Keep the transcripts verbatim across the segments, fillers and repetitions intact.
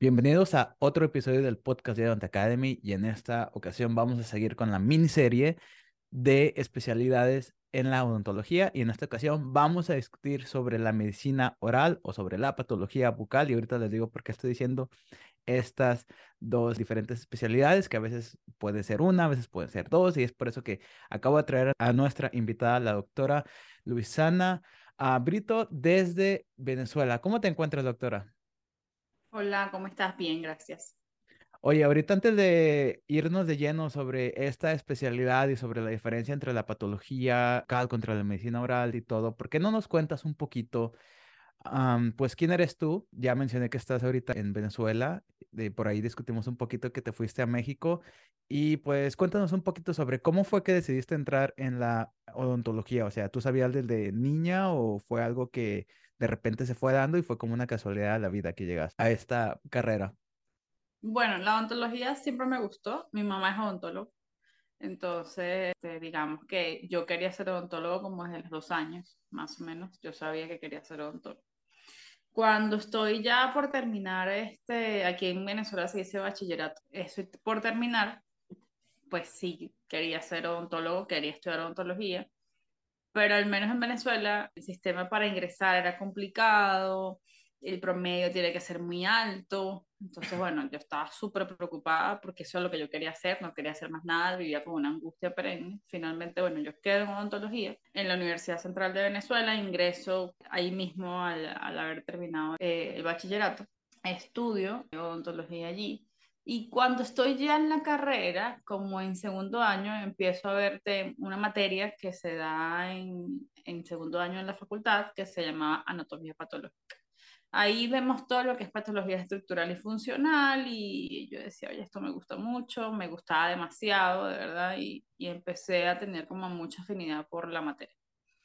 Bienvenidos a otro episodio del podcast de Odont Academy y en esta ocasión vamos a seguir con la miniserie de especialidades en la odontología y en esta ocasión vamos a discutir sobre la medicina oral o sobre la patología bucal y ahorita les digo por qué estoy diciendo estas dos diferentes especialidades que a veces puede ser una, a veces pueden ser dos y es por eso que acabo de traer a nuestra invitada, la doctora Luisana ah, Brito desde Venezuela. ¿Cómo te encuentras, doctora? Hola, ¿cómo estás? Bien, gracias. Oye, ahorita antes de irnos de lleno sobre esta especialidad y sobre la diferencia entre la patología bucal contra la medicina oral y todo, ¿por qué no nos cuentas un poquito, am, pues, quién eres tú? Ya mencioné que estás ahorita en Venezuela, de por ahí discutimos un poquito que te fuiste a México y pues cuéntanos un poquito sobre cómo fue que decidiste entrar en la odontología, o sea, ¿tú sabías desde niña o fue algo que de repente se fue dando y fue como una casualidad de la vida que llegas a esta carrera? Bueno, la odontología siempre me gustó. Mi mamá es odontólogo, entonces este, digamos que yo quería ser odontólogo como desde los dos años, más o menos. Yo sabía que quería ser odontólogo. Cuando estoy ya por terminar, este, aquí en Venezuela se dice bachillerato, estoy por terminar, pues sí, quería ser odontólogo, quería estudiar odontología. Pero al menos en Venezuela el sistema para ingresar era complicado, el promedio tiene que ser muy alto, entonces bueno, yo estaba súper preocupada porque eso es lo que yo quería hacer, no quería hacer más nada, vivía con una angustia perenne. Finalmente, bueno, yo quedo en odontología en la Universidad Central de Venezuela, ingreso ahí mismo al, al haber terminado eh, el bachillerato, estudio odontología allí. Y cuando estoy ya en la carrera, como en segundo año, empiezo a ver te- una materia que se da en, en segundo año en la facultad, que se llama anatomía patológica. Ahí vemos todo lo que es patología estructural y funcional y yo decía, oye, esto me gusta mucho, me gustaba demasiado, de verdad, y, y empecé a tener como mucha afinidad por la materia.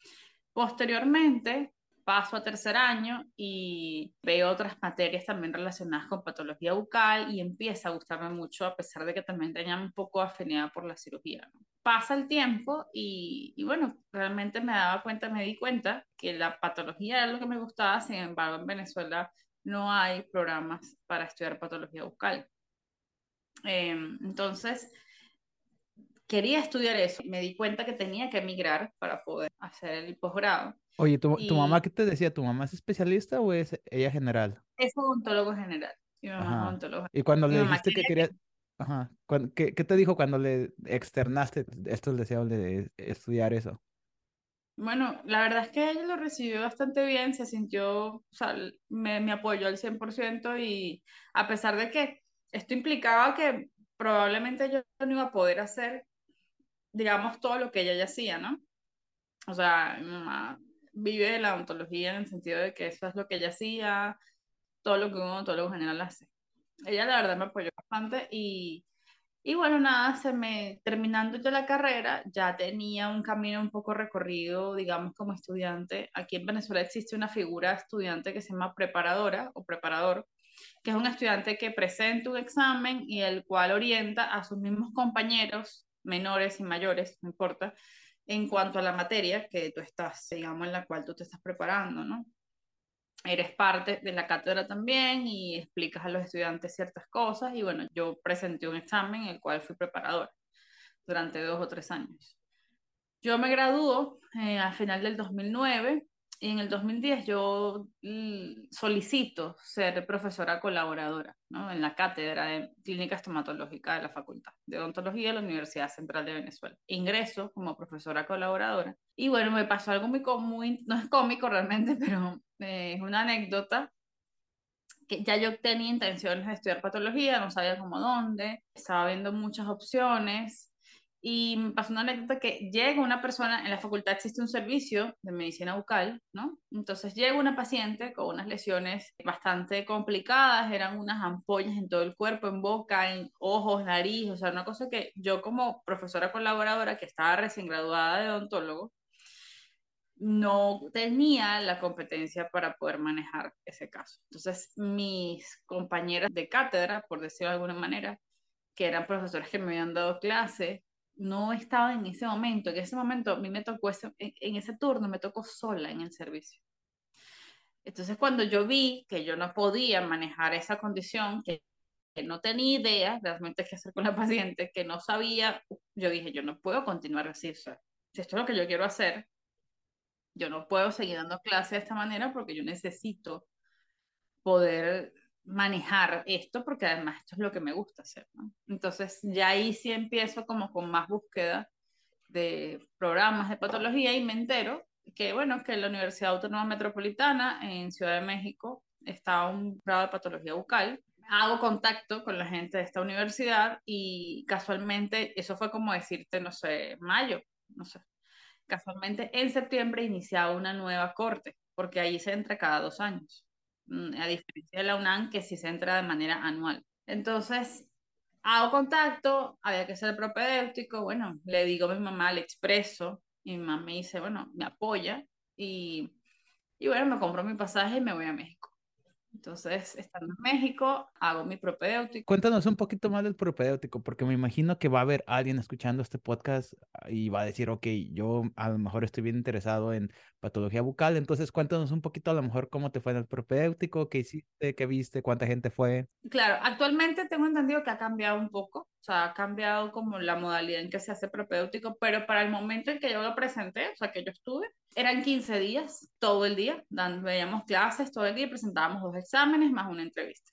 Posteriormente, paso a tercer año y veo otras materias también relacionadas con patología bucal y empieza a gustarme mucho, a pesar de que también tenía un poco de afinidad por la cirugía, ¿no? Pasa el tiempo y, y bueno, realmente me daba cuenta, me di cuenta que la patología era lo que me gustaba, sin embargo, en Venezuela no hay programas para estudiar patología bucal. Eh, entonces, quería estudiar eso. Me di cuenta que tenía que emigrar para poder hacer el posgrado. Oye, ¿tu, tu mamá Y qué te decía? ¿Tu mamá es especialista o es ella general? es odontólogo general. Mi mamá es Ajá. odontólogo Y general. cuando Mi le mamá dijiste que quería querías, que, ajá, cuan- ¿qué, qué te dijo cuando le externaste estos deseos de estudiar eso? bueno, la verdad es que ella lo recibió bastante bien, se sintió, o sea, me, me apoyó al cien por ciento y a pesar de que esto implicaba que probablemente yo no iba a poder hacer, digamos, todo lo que ella ya hacía, ¿no? O sea, mi mamá vive de la odontología en el sentido de que eso es lo que ella hacía, todo lo que un odontólogo general hace. Ella la verdad me apoyó bastante y Y bueno, nada, se me, terminando yo la carrera, ya tenía un camino un poco recorrido, digamos, como estudiante. Aquí en Venezuela existe una figura de estudiante que se llama preparadora o preparador, que es un estudiante que presenta un examen y el cual orienta a sus mismos compañeros, menores y mayores, no importa, en cuanto a la materia que tú estás, digamos, en la cual tú te estás preparando, ¿no? Eres parte de la cátedra también y explicas a los estudiantes ciertas cosas y bueno, yo presenté un examen en el cual fui preparadora durante dos o tres años. Yo me graduó eh, al final del dos mil nueve y en el dos mil diez yo mm, solicito ser profesora colaboradora, ¿no? En la cátedra de clínica estomatológica de la Facultad de Odontología de la Universidad Central de Venezuela. Ingreso como profesora colaboradora y bueno, me pasó algo muy, có- muy no es cómico realmente, pero eh, es una anécdota que ya yo tenía intenciones de estudiar patología, no sabía cómo dónde, estaba viendo muchas opciones y me pasó una anécdota que llega una persona, en la facultad existe un servicio de medicina bucal, ¿no? Entonces llega una paciente con unas lesiones bastante complicadas, eran unas ampollas en todo el cuerpo, en boca, en ojos, nariz, o sea, una cosa que yo como profesora colaboradora que estaba recién graduada de odontólogo, no tenía la competencia para poder manejar ese caso. Entonces, mis compañeras de cátedra, por decirlo de alguna manera, que eran profesores que me habían dado clase, no estaban en ese momento. En ese momento, a mí me tocó, ese, en, en ese turno, me tocó sola en el servicio. Entonces, cuando yo vi que yo no podía manejar esa condición, que, que no tenía idea realmente qué hacer con la paciente, que no sabía, yo dije, yo no puedo continuar así. O sea, si esto es lo que yo quiero hacer, yo no puedo seguir dando clases de esta manera porque yo necesito poder manejar esto porque además esto es lo que me gusta hacer, ¿no? Entonces, ya ahí sí empiezo como con más búsqueda de programas de patología y me entero que, bueno, que en la Universidad Autónoma Metropolitana en Ciudad de México está un grado de patología bucal. Hago contacto con la gente de esta universidad y casualmente, eso fue como decirte, no sé, mayo, no sé, casualmente en septiembre iniciaba una nueva corte, porque allí se entra cada dos años, mm, a diferencia de la UNAM que sí se entra de manera anual. Entonces, hago contacto, había que ser propedéutico, bueno, le digo a mi mamá, le expreso, y mi mamá me dice, bueno, me apoya, y, y bueno, me compro mi pasaje y me voy a México. Entonces, estando en México, hago mi propedéutico. Cuéntanos un poquito más del propedéutico, porque me imagino que va a haber alguien escuchando este podcast y va a decir, ok, yo a lo mejor estoy bien interesado en patología bucal, entonces cuéntanos un poquito a lo mejor cómo te fue en el propedéutico, qué hiciste, qué viste, cuánta gente fue. Claro, actualmente tengo entendido que ha cambiado un poco, o sea, ha cambiado como la modalidad en que se hace propedéutico, pero para el momento en que yo lo presenté, o sea, que yo estuve, eran quince días, todo el día, dan, veíamos clases todo el día y presentábamos dos exámenes más una entrevista.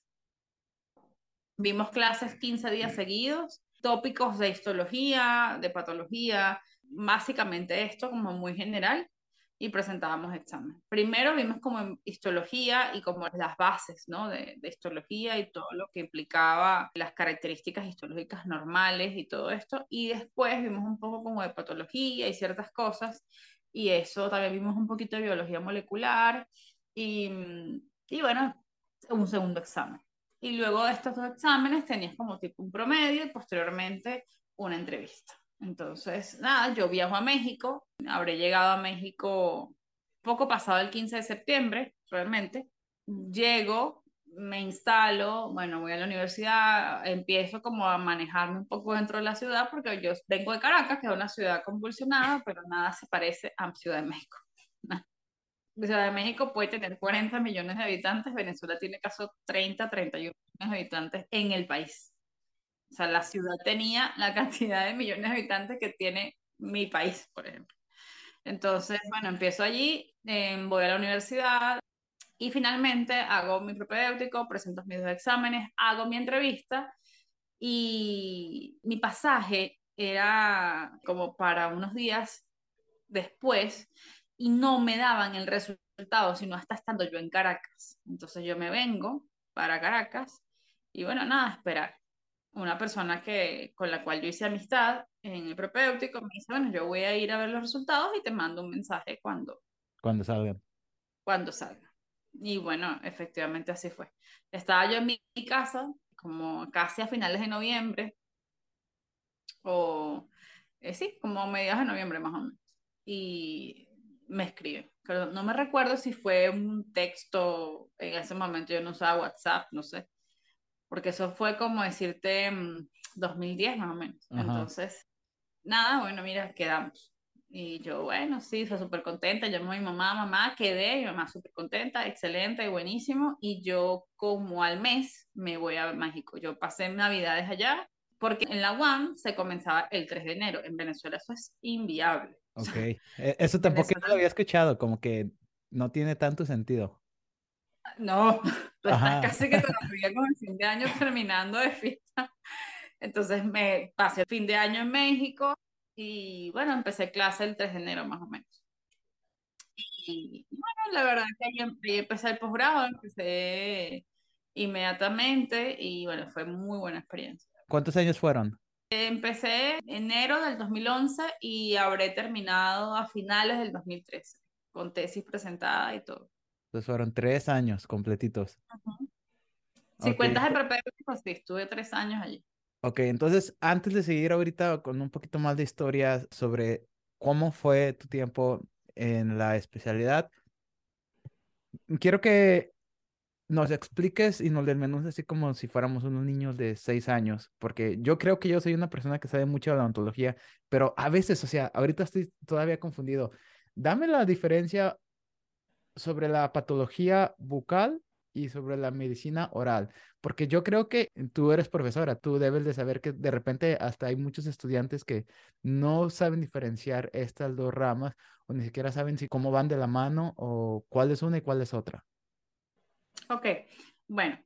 Vimos clases quince días seguidos, tópicos de histología, de patología, básicamente esto como muy general y presentábamos exámenes. Primero vimos como histología y como las bases, ¿no? de, de histología y todo lo que implicaba las características histológicas normales y todo esto. Y después vimos un poco como de patología y ciertas cosas. Y eso también vimos un poquito de biología molecular y, y bueno, un segundo examen. Y luego de estos dos exámenes tenías como tipo un promedio y posteriormente una entrevista. Entonces, nada, yo viajo a México, habré llegado a México poco pasado el quince de septiembre, realmente. Llego, me instalo, bueno, voy a la universidad, empiezo como a manejarme un poco dentro de la ciudad porque yo vengo de Caracas, que es una ciudad convulsionada, pero nada se parece a Ciudad de México. Ciudad de México puede tener cuarenta millones de habitantes, Venezuela tiene caso treinta, treinta y uno millones de habitantes en el país. O sea, la ciudad tenía la cantidad de millones de habitantes que tiene mi país, por ejemplo. Entonces, bueno, empiezo allí, eh, voy a la universidad y finalmente hago mi propedéutico, presento mis dos exámenes, hago mi entrevista y mi pasaje era como para unos días después y no me daban el resultado, sino hasta estando yo en Caracas. Entonces yo me vengo para Caracas y bueno, nada, esperar. Una persona que, con la cual yo hice amistad en el propéutico me dice, bueno, yo voy a ir a ver los resultados y te mando un mensaje cuando, Cuando salgan. cuando salga. Y bueno, efectivamente así fue. Estaba yo en mi, mi casa, como casi a finales de noviembre, o eh, sí, como mediados de noviembre más o menos. Y me escribe. Pero no me recuerdo si fue un texto, en ese momento yo no usaba WhatsApp, no sé, porque eso fue como decirte mm, dos mil diez más o menos. Ajá. Entonces, nada, bueno, mira, quedamos. Y yo, bueno, sí, fue súper contenta. Llamó a mi mamá, mamá, quedé, mi mamá súper contenta, excelente, buenísimo. Y yo, como al mes, me voy a México. Yo pasé Navidades allá, porque en la U A M se comenzaba el tres de enero. En Venezuela eso es inviable. O Ok. sea, E- Eso tampoco Venezuela, no lo había escuchado, como que no tiene tanto sentido. no, tú estás Ajá. casi que todavía con el fin de año terminando de fiesta. Entonces me pasé el fin de año en México y bueno, empecé clase el tres de enero más o menos. Y bueno, la verdad que ahí, em- ahí empecé el posgrado, empecé inmediatamente y bueno, fue muy buena experiencia. ¿Cuántos años fueron? Empecé enero del dos mil once y habré terminado a finales del dos mil trece con tesis presentada y todo. Pues fueron tres años completitos. Ujú. Si Ok. cuentas el propedéutico, sí, estuve tres años allí. Ok, entonces antes de seguir ahorita con un poquito más de historia sobre cómo fue tu tiempo en la especialidad, quiero que nos expliques y nos desmenuzes así como si fuéramos unos niños de seis años, porque yo creo que yo soy una persona que sabe mucho de la ontología, pero a veces, o sea, ahorita estoy todavía confundido. Dame la diferencia sobre la patología bucal y sobre la medicina oral, porque yo creo que tú eres profesora, tú debes de saber que de repente hasta hay muchos estudiantes que no saben diferenciar estas dos ramas o ni siquiera saben si cómo van de la mano o cuál es una y cuál es otra. Ok, bueno.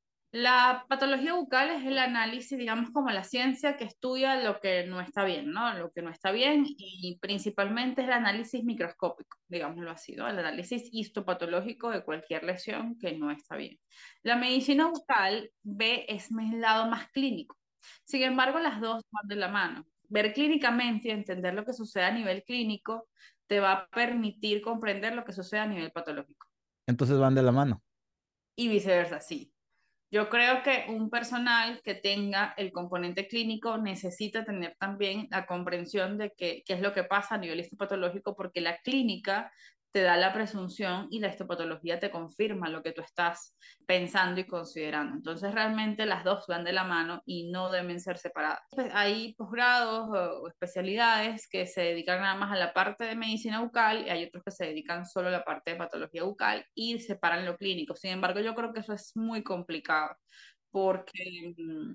La patología bucal es el análisis, digamos, como la ciencia que estudia lo que no está bien, ¿no? Lo que no está bien y principalmente es el análisis microscópico, digámoslo así, ¿no? El análisis histopatológico de cualquier lesión que no está bien. La medicina bucal ve es el lado más clínico. Sin embargo, las dos van de la mano. Ver clínicamente y entender lo que sucede a nivel clínico te va a permitir comprender lo que sucede a nivel patológico Entonces van de la mano. y viceversa, sí. Yo creo que un personal que tenga el componente clínico necesita tener también la comprensión de que- qué es lo que pasa a nivel histopatológico, porque la clínica te da la presunción y la histopatología te confirma lo que tú estás pensando y considerando. Entonces, realmente las dos van de la mano y no deben ser separadas. Pues, hay posgrados o, o especialidades que se dedican nada más a la parte de medicina bucal y hay otros que se dedican solo a la parte de patología bucal y separan lo clínico. Sin embargo, yo creo que eso es muy complicado porque mm,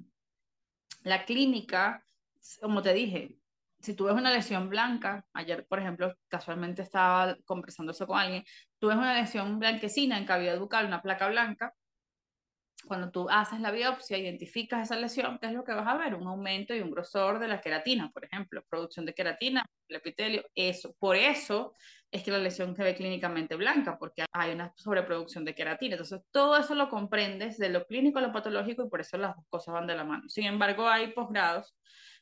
la clínica, como te dije, si tú ves una lesión blanca, ayer, por ejemplo, casualmente estaba conversando eso con alguien, tú ves una lesión blanquecina en cavidad bucal, una placa blanca, cuando tú haces la biopsia, identificas esa lesión, ¿qué es lo que vas a ver? Un aumento y un grosor de la queratina, por ejemplo, producción de queratina, el epitelio, eso. Por eso es que la lesión se ve clínicamente blanca, porque hay una sobreproducción de queratina. Entonces, todo eso lo comprendes de lo clínico a lo patológico y por eso las dos cosas van de la mano. Sin embargo, hay posgrados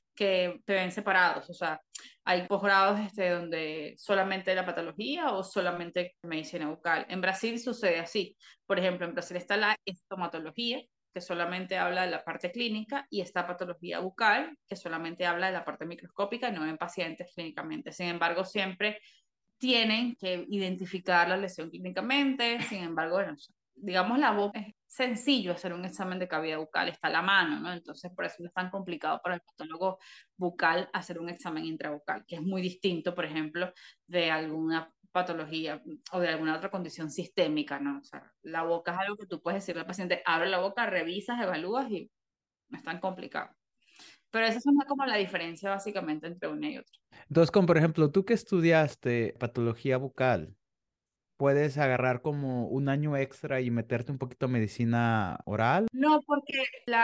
que te ven separados, o sea, hay posgrados este, donde solamente la patología o solamente medicina bucal. En Brasil sucede así. Por ejemplo, en Brasil está la estomatología, que solamente habla de la parte clínica, y está patología bucal, que solamente habla de la parte microscópica y no en pacientes clínicamente. Sin embargo, siempre tienen que identificar la lesión clínicamente. Sin embargo, bueno, digamos, la boca es sencillo hacer un examen de cavidad bucal, está a la mano, ¿no? Entonces, por eso no es tan complicado para el patólogo bucal hacer un examen intrabucal, que es muy distinto, por ejemplo, de alguna patología o de alguna otra condición sistémica, ¿no? O sea, la boca es algo que tú puedes decirle al paciente, abre la boca, revisas, evalúas y no es tan complicado. Pero esa es una como la diferencia básicamente entre una y otra. Entonces, como por ejemplo, tú que estudiaste patología bucal, puedes agarrar como un año extra y meterte un poquito a medicina oral. No, porque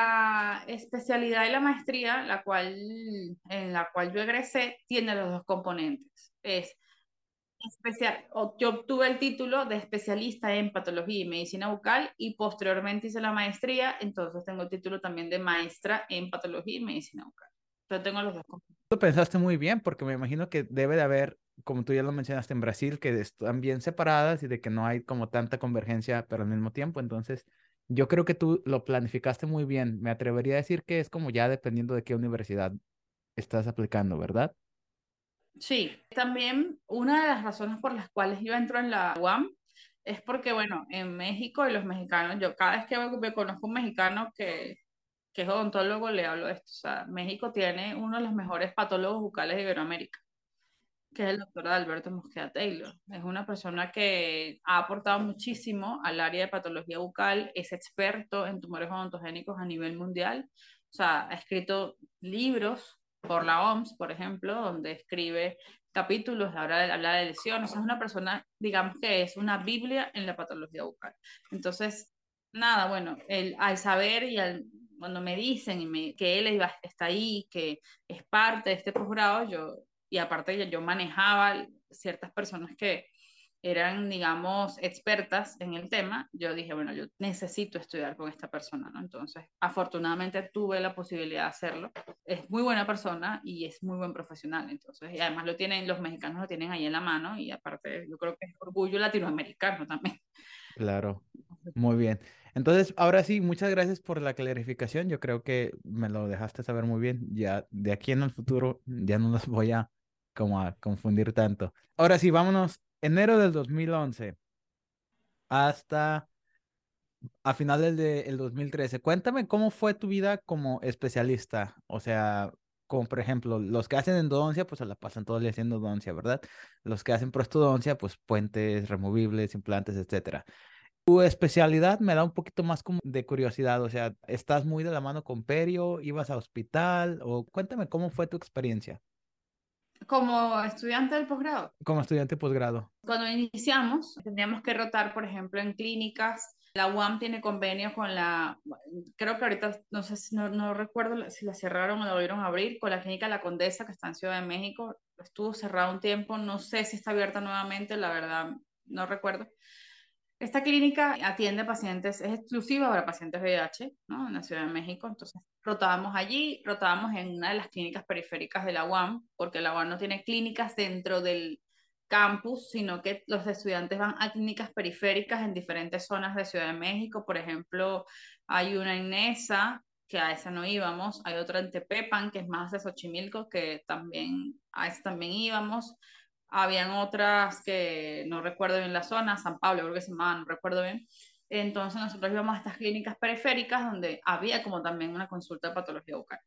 la especialidad y la maestría, la cual, en la cual yo egresé, tiene los dos componentes. Es especial, o- yo obtuve el título de especialista en patología y medicina bucal y posteriormente hice la maestría, entonces tengo el título también de maestra en patología y medicina bucal. Yo tengo los dos componentes. Lo pensaste muy bien, porque me imagino que debe de haber, como tú ya lo mencionaste en Brasil, que están bien separadas y de que no hay como tanta convergencia, pero al mismo tiempo. Entonces, yo creo que tú lo planificaste muy bien. Me atrevería a decir que es como ya dependiendo de qué universidad estás aplicando, ¿verdad? Sí, también una de las razones por las cuales yo entro en la U A M es porque, bueno, en México y los mexicanos, yo cada vez que me, me conozco un mexicano que que es odontólogo, le hablo de esto. O sea, México tiene uno de los mejores patólogos bucales de Iberoamérica, que es el doctor Alberto Mosqueda Taylor. Es una persona que ha aportado muchísimo al área de patología bucal, es experto en tumores odontogénicos a nivel mundial. O sea, ha escrito libros por la O M S, por ejemplo, donde escribe capítulos, habla de, habla de lesiones. Es una persona, digamos que es una Biblia en la patología bucal. Entonces, nada, bueno, el, al saber y al, cuando me dicen y me, que él iba, está ahí, que es parte de este posgrado, yo y aparte yo, yo manejaba ciertas personas que eran, digamos, expertas en el tema, yo dije, bueno, yo necesito estudiar con esta persona, ¿no? Entonces, afortunadamente tuve la posibilidad de hacerlo. Es muy buena persona y es muy buen profesional, entonces, y además lo tienen, los mexicanos lo tienen ahí en la mano y aparte yo creo que es orgullo latinoamericano también. Claro, muy bien. Entonces, ahora sí, muchas gracias por la clarificación. Yo creo que me lo dejaste saber muy bien. Ya de aquí en el futuro ya no los voy a como a confundir tanto. Ahora sí, vámonos. Enero del dos mil once hasta a finales del dos mil trece. Cuéntame cómo fue tu vida como especialista. O sea, Como por ejemplo, los que hacen endodoncia, pues se la pasan todo el día haciendo endodoncia, ¿verdad? Los que hacen prostodoncia, pues puentes removibles, implantes, etcétera. Tu especialidad me da un poquito más como de curiosidad, o sea, ¿estás muy de la mano con Perio? ¿Ibas a hospital? O cuéntame cómo fue tu experiencia Como estudiante del posgrado, como estudiante posgrado. cuando iniciamos, teníamos que rotar, por ejemplo, en clínicas. La U A M tiene convenio con la, creo que ahorita, no sé si no, no recuerdo si la cerraron o la volvieron a abrir, con la clínica La Condesa, que está en Ciudad de México. Estuvo cerrado un tiempo, no sé si está abierta nuevamente, la verdad, no recuerdo. Esta clínica atiende pacientes, es exclusiva para pacientes V I H, ¿no? En la Ciudad de México. Entonces, rotábamos allí, rotábamos en una de las clínicas periféricas de la U A M, porque la U A M no tiene clínicas dentro del campus, sino que los estudiantes van a clínicas periféricas en diferentes zonas de Ciudad de México. Por ejemplo, hay una en Nesa, que a esa no íbamos, hay otra en Tepepan, que es más de Xochimilco, que también, a esa también íbamos. Habían otras que no recuerdo bien la zona, San Pablo creo que se llamaban, no recuerdo bien. Entonces nosotros íbamos a estas clínicas periféricas donde había como también una consulta de patología bucal.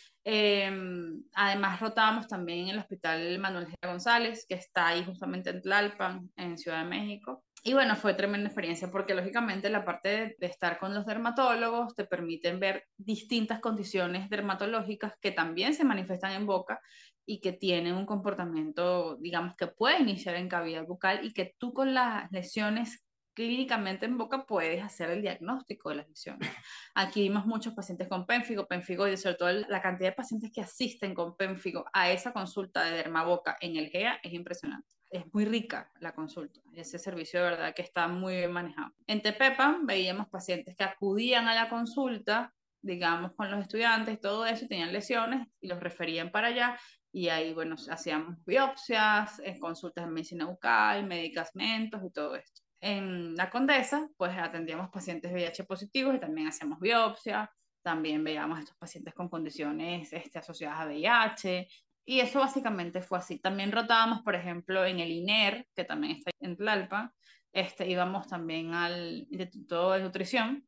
Eh, Además rotábamos también en el Hospital Manuel G. González, que está ahí justamente en Tlalpan, en Ciudad de México. Y bueno, fue tremenda experiencia porque lógicamente la parte de, de estar con los dermatólogos te permiten ver distintas condiciones dermatológicas que también se manifiestan en boca y que tienen un comportamiento, digamos, que puede iniciar en cavidad bucal y que tú con las lesiones clínicamente en boca puedes hacer el diagnóstico de las lesiones. Aquí vimos muchos pacientes con pénfigo, pénfigo y sobre todo la cantidad de pacientes que asisten con pénfigo a esa consulta de dermaboca en el G E A es impresionante. Es muy rica la consulta, ese servicio de verdad que está muy bien manejado. En Tepepan veíamos pacientes que acudían a la consulta, digamos, con los estudiantes, todo eso, tenían lesiones y los referían para allá y ahí, bueno, hacíamos biopsias, consultas de medicina bucal, medicamentos y todo esto. En la Condesa, pues atendíamos pacientes V I H positivos y también hacíamos biopsia, también veíamos a estos pacientes con condiciones este, asociadas a V I H, y eso básicamente fue así. También rotábamos, por ejemplo, en el I N E R, que también está en Tlalpan, este, íbamos también al Instituto de Nutrición.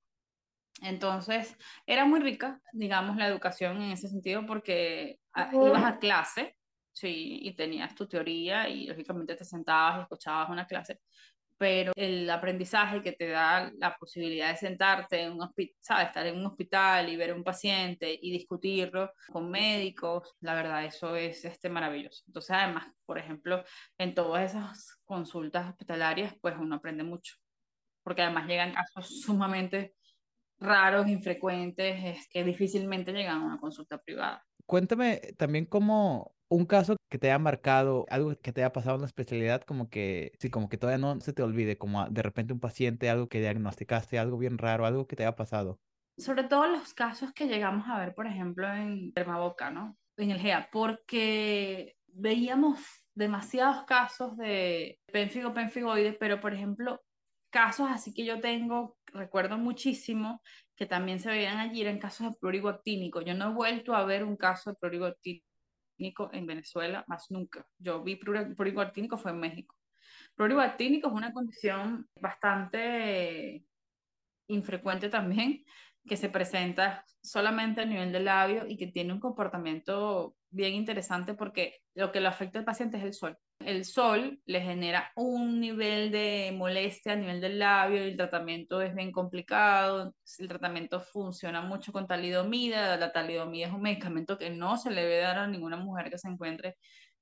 Entonces, era muy rica, digamos, la educación en ese sentido, porque ah, ibas a clase, sí, y tenías tu teoría y lógicamente te sentabas y escuchabas una clase, pero el aprendizaje que te da la posibilidad de sentarte en un hospital, ¿sabes? Estar en un hospital y ver a un paciente y discutirlo con médicos, la verdad, eso es este, maravilloso. Entonces, además, por ejemplo, en todas esas consultas hospitalarias, pues uno aprende mucho, porque además llegan casos sumamente raros, infrecuentes, es que difícilmente llegan a una consulta privada. Cuéntame también como un caso que te haya marcado, algo que te haya pasado en la especialidad, como que, sí, como que todavía no se te olvide, como a- de repente un paciente, algo que diagnosticaste, algo bien raro, algo que te haya pasado. Sobre todo los casos que llegamos a ver, por ejemplo, en Dermaboca, ¿no? En el G E A, porque veíamos demasiados casos de pénfigo, pénfigoides, pero por ejemplo, casos así que yo tengo, recuerdo muchísimo, que también se veían allí, eran casos de prurigo actínico. Yo no he vuelto a ver un caso de prurigo actínico en Venezuela, más nunca. Yo vi prurigo actínico fue en México. Prurigo actínico es una condición bastante infrecuente también, que se presenta solamente a nivel del labio y que tiene un comportamiento bien interesante porque lo que lo afecta al paciente es el sol. El sol le genera un nivel de molestia a nivel del labio y el tratamiento es bien complicado. El tratamiento funciona mucho con talidomida. La talidomida es un medicamento que no se le debe dar a ninguna mujer que se encuentre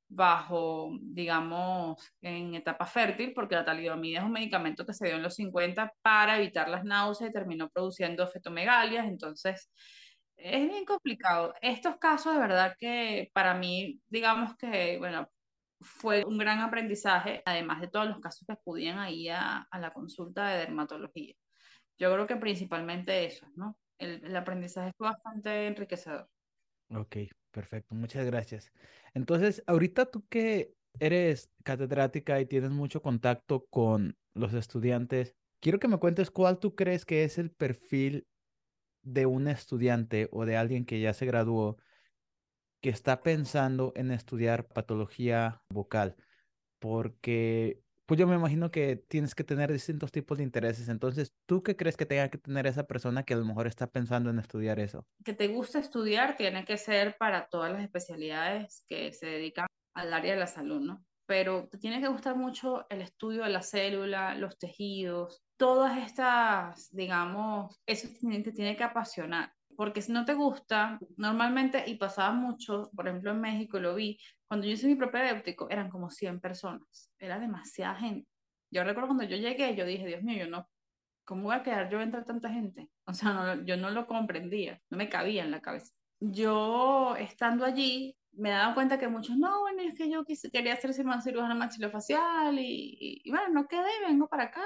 bajo, digamos, en etapa fértil, porque la talidomida es un medicamento que se dio en los cincuenta para evitar las náuseas y terminó produciendo fetomegalias, entonces es bien complicado. Estos casos de verdad que para mí, digamos que, bueno, fue un gran aprendizaje, además de todos los casos que acudían ahí a, a la consulta de dermatología. Yo creo que principalmente eso, ¿no? El, el aprendizaje fue bastante enriquecedor. Ok, perfecto, muchas gracias. Entonces, ahorita tú que eres catedrática y tienes mucho contacto con los estudiantes, quiero que me cuentes cuál tú crees que es el perfil de un estudiante o de alguien que ya se graduó que está pensando en estudiar patología vocal, porque Pues yo me imagino que tienes que tener distintos tipos de intereses. Entonces, ¿tú qué crees que tenga que tener esa persona que a lo mejor está pensando en estudiar eso? Que te gusta estudiar tiene que ser para todas las especialidades que se dedican al área de la salud, ¿no? Pero te tiene que gustar mucho el estudio de la célula, los tejidos, todas estas, digamos, eso te te tiene que apasionar. Porque si no te gusta, normalmente, y pasaba mucho, por ejemplo en México lo vi, cuando yo hice mi propedéutico eran como cien personas, era demasiada gente. Yo recuerdo cuando yo llegué, yo dije, Dios mío, yo no, ¿cómo voy a quedar yo entre tanta gente? O sea, no, yo no lo comprendía, no me cabía en la cabeza. Yo, estando allí, me he dado cuenta que muchos, no, bueno, es que yo quise, quería hacer cirugía cirujano maxilofacial y, y, y bueno, no quedé, vengo para acá,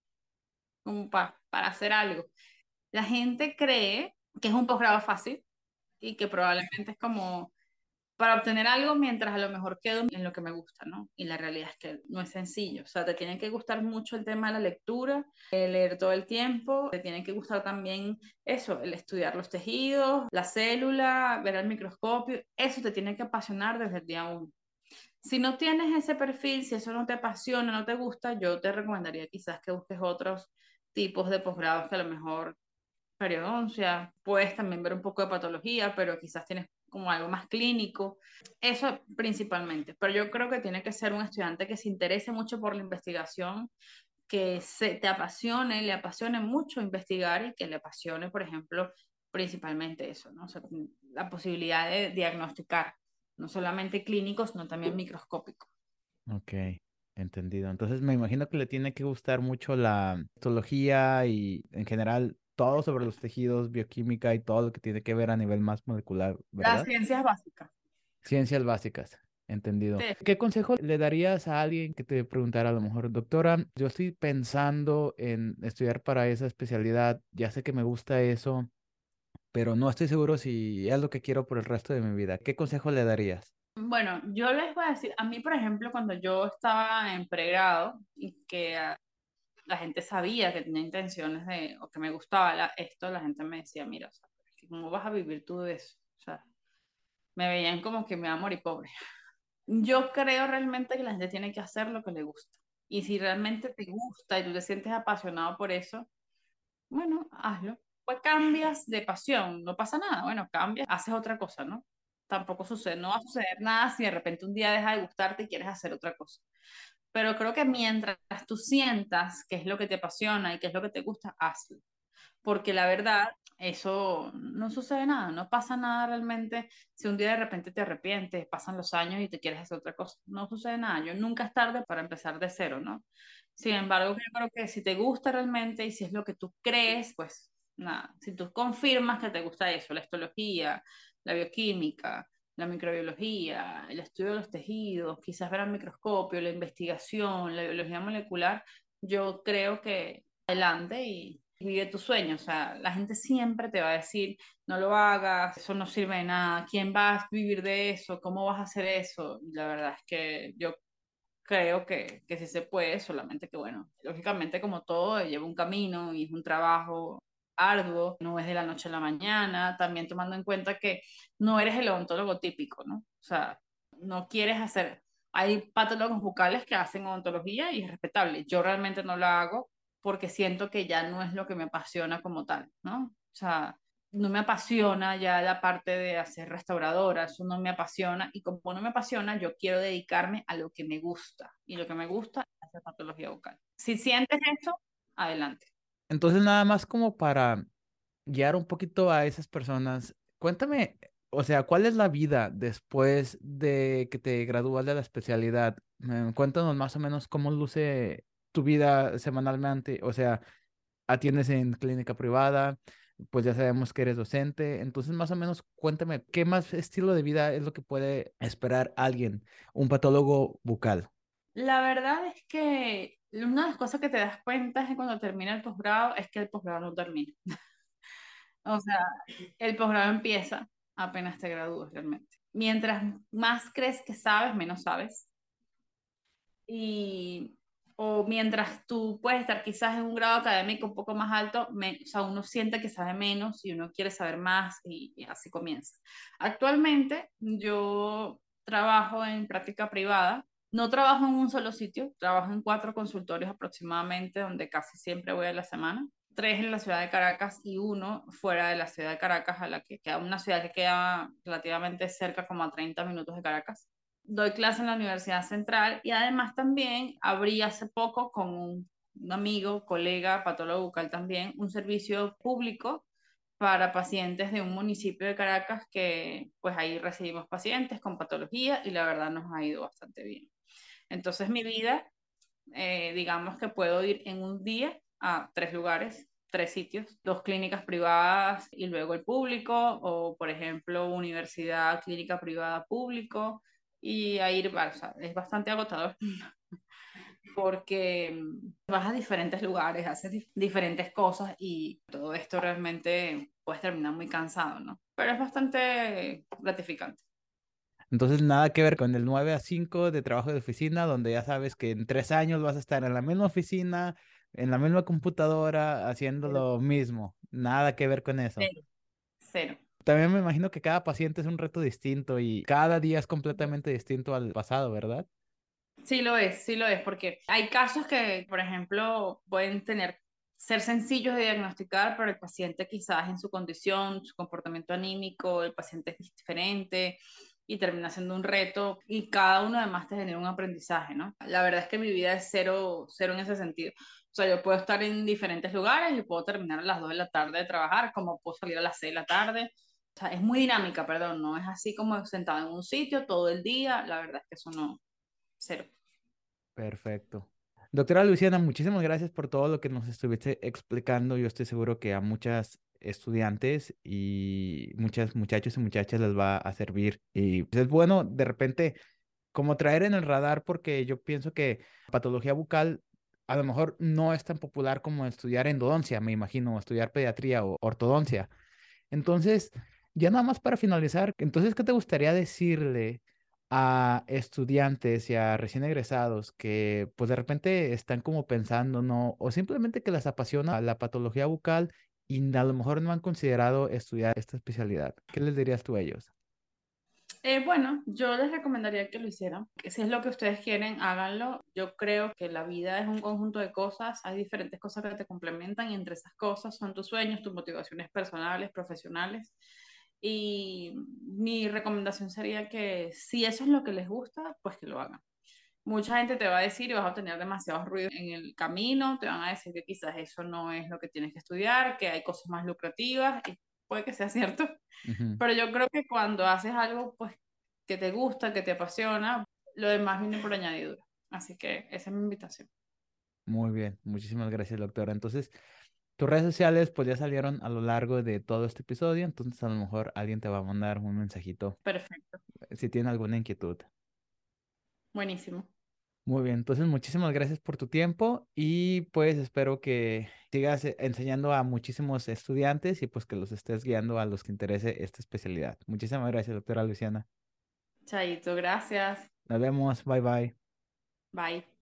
como pa, para hacer algo. La gente cree que es un posgrado fácil y que probablemente es como para obtener algo mientras a lo mejor quedo en lo que me gusta, ¿no? Y la realidad es que no es sencillo. O sea, te tiene que gustar mucho el tema de la lectura, el leer todo el tiempo, te tiene que gustar también eso, el estudiar los tejidos, la célula, ver el microscopio, eso te tiene que apasionar desde el día uno. Si no tienes ese perfil, si eso no te apasiona, no te gusta, yo te recomendaría quizás que busques otros tipos de posgrados que a lo mejor periodoncia, puedes también ver un poco de patología, pero quizás tienes como algo más clínico, eso principalmente, pero yo creo que tiene que ser un estudiante que se interese mucho por la investigación, que se, te apasione, le apasione mucho investigar y que le apasione, por ejemplo, principalmente eso, ¿no? O sea, la posibilidad de diagnosticar, no solamente clínico, sino también microscópico. Ok, entendido. Entonces, me imagino que le tiene que gustar mucho la histología y en general todo sobre los tejidos, bioquímica y todo lo que tiene que ver a nivel más molecular, Las ¿verdad? ciencias básicas. Ciencias básicas, entendido. Sí. ¿Qué consejo le darías a alguien que te preguntara a lo mejor, doctora, yo estoy pensando en estudiar para esa especialidad, ya sé que me gusta eso, pero no estoy seguro si es lo que quiero por el resto de mi vida? ¿Qué consejo le darías? Bueno, yo les voy a decir, a mí, por ejemplo, cuando yo estaba en pregrado y que ah, la gente sabía que tenía intenciones de, o que me gustaba la- esto, la gente me decía, mira, o sea, ¿cómo vas a vivir tú de eso? O sea, me veían como que me iba a morir pobre. Yo creo realmente que la gente tiene que hacer lo que le gusta. Y si realmente te gusta y tú te sientes apasionado por eso, bueno, hazlo. Pues cambias de pasión, no pasa nada. Bueno, cambias, haces otra cosa, ¿no? Tampoco sucede, no va a suceder nada si de repente un día deja de gustarte y quieres hacer otra cosa. Pero creo que mientras tú sientas qué es lo que te apasiona y qué es lo que te gusta, hazlo. Porque la verdad, eso no sucede nada, no pasa nada realmente si un día de repente te arrepientes, pasan los años y te quieres hacer otra cosa. No sucede nada, yo nunca es tarde para empezar de cero, ¿no? Sin embargo, yo creo que si te gusta realmente y si es lo que tú crees, pues nada, si tú confirmas que te gusta eso, la histología, la bioquímica, la microbiología, el estudio de los tejidos, quizás ver al microscopio, la investigación, la biología molecular, yo creo que adelante y vive tu sueño. O sea, la gente siempre te va a decir, no lo hagas, eso no sirve de nada, ¿quién va a vivir de eso? ¿Cómo vas a hacer eso? Y la verdad es que yo creo que, que sí se puede, solamente que bueno, lógicamente como todo lleva un camino y es un trabajo arduo, no es de la noche a la mañana, también tomando en cuenta que no eres el odontólogo típico, ¿no? O sea, no quieres hacer, hay patólogos bucales que hacen odontología y es respetable, yo realmente no lo hago porque siento que ya no es lo que me apasiona como tal, ¿no? O sea, no me apasiona ya la parte de hacer restauradora, eso no me apasiona y como no me apasiona, yo quiero dedicarme a lo que me gusta y lo que me gusta es hacer patología bucal. Si sientes eso, adelante. Entonces, nada más como para guiar un poquito a esas personas, cuéntame, o sea, ¿cuál es la vida después de que te gradúas de la especialidad? Eh, Cuéntanos más o menos cómo luce tu vida semanalmente, o sea, atiendes en clínica privada, pues ya sabemos que eres docente, entonces más o menos cuéntame, ¿qué más estilo de vida es lo que puede esperar alguien, un patólogo bucal? La verdad es que una de las cosas que te das cuenta es que cuando termina el posgrado es que el posgrado no termina. O sea, el posgrado empieza apenas te gradúas realmente. Mientras más crees que sabes, menos sabes. Y, o mientras tú puedes estar quizás en un grado académico un poco más alto, me- o sea, uno siente que sabe menos y uno quiere saber más y, y así comienza. Actualmente yo trabajo en práctica privada No trabajo en un solo sitio, trabajo en cuatro consultorios aproximadamente, donde casi siempre voy a la semana. Tres en la ciudad de Caracas y uno fuera de la ciudad de Caracas, a la que queda una ciudad que queda relativamente cerca, como a treinta minutos de Caracas. Doy clase en la Universidad Central y además también abrí hace poco con un, un amigo, colega, patólogo bucal también, un servicio público para pacientes de un municipio de Caracas que pues ahí recibimos pacientes con patología y la verdad nos ha ido bastante bien. Entonces mi vida, eh, digamos que puedo ir en un día a tres lugares, tres sitios, dos clínicas privadas y luego el público, o por ejemplo universidad, clínica privada, público, y a ir, o sea, es bastante agotador porque mm, vas a diferentes lugares, haces dif- diferentes cosas y todo esto realmente puedes terminar muy cansado, ¿no? Pero es bastante gratificante. Entonces, nada que ver con el nueve a cinco de trabajo de oficina, donde ya sabes que en tres años vas a estar en la misma oficina, en la misma computadora, haciendo Cero, lo mismo. Nada que ver con eso. cero. Cero. También me imagino que cada paciente es un reto distinto y cada día es completamente distinto al pasado, ¿verdad? Sí lo es, sí lo es, porque hay casos que, por ejemplo, pueden tener, ser sencillos de diagnosticar, pero el paciente quizás en su condición, su comportamiento anímico, el paciente es diferente y termina siendo un reto y cada uno además te genera un aprendizaje, ¿no? La verdad es que mi vida es cero, cero en ese sentido. O sea, yo puedo estar en diferentes lugares y puedo terminar a las dos de la tarde de trabajar, como puedo salir a las seis de la tarde. O sea, es muy dinámica, perdón, no es así como sentado en un sitio todo el día, la verdad es que eso no, cero. Perfecto. Doctora Luciana, muchísimas gracias por todo lo que nos estuviste explicando. Yo estoy seguro que a muchas estudiantes y muchas muchachos y muchachas les va a servir. Y pues, es bueno de repente como traer en el radar porque yo pienso que patología bucal a lo mejor no es tan popular como estudiar endodoncia, me imagino, o estudiar pediatría o ortodoncia. Entonces, ya nada más para finalizar, entonces, ¿qué te gustaría decirle a estudiantes y a recién egresados que pues de repente están como pensando, ¿no? O simplemente que les apasiona la patología bucal y a lo mejor no han considerado estudiar esta especialidad? ¿Qué les dirías tú a ellos? Eh, bueno, yo les recomendaría que lo hicieran, que si es lo que ustedes quieren, háganlo. Yo creo que la vida es un conjunto de cosas, hay diferentes cosas que te complementan y entre esas cosas son tus sueños, tus motivaciones personales, profesionales. Y mi recomendación sería que si eso es lo que les gusta, pues que lo hagan. Mucha gente te va a decir y vas a tener demasiados ruidos en el camino, te van a decir que quizás eso no es lo que tienes que estudiar, que hay cosas más lucrativas y puede que sea cierto, Ujú. pero yo creo que cuando haces algo pues que te gusta, que te apasiona, lo demás viene por añadidura. Así que esa es mi invitación. Muy bien, muchísimas gracias, doctora. Entonces, tus redes sociales pues ya salieron a lo largo de todo este episodio, entonces a lo mejor alguien te va a mandar un mensajito Perfecto, si tiene alguna inquietud. buenísimo. Muy bien, entonces muchísimas gracias por tu tiempo y pues espero que sigas eh, enseñando a muchísimos estudiantes y pues que los estés guiando a los que interese esta especialidad. Muchísimas gracias, doctora Luciana. Chaito, gracias. Nos vemos, bye bye. Bye.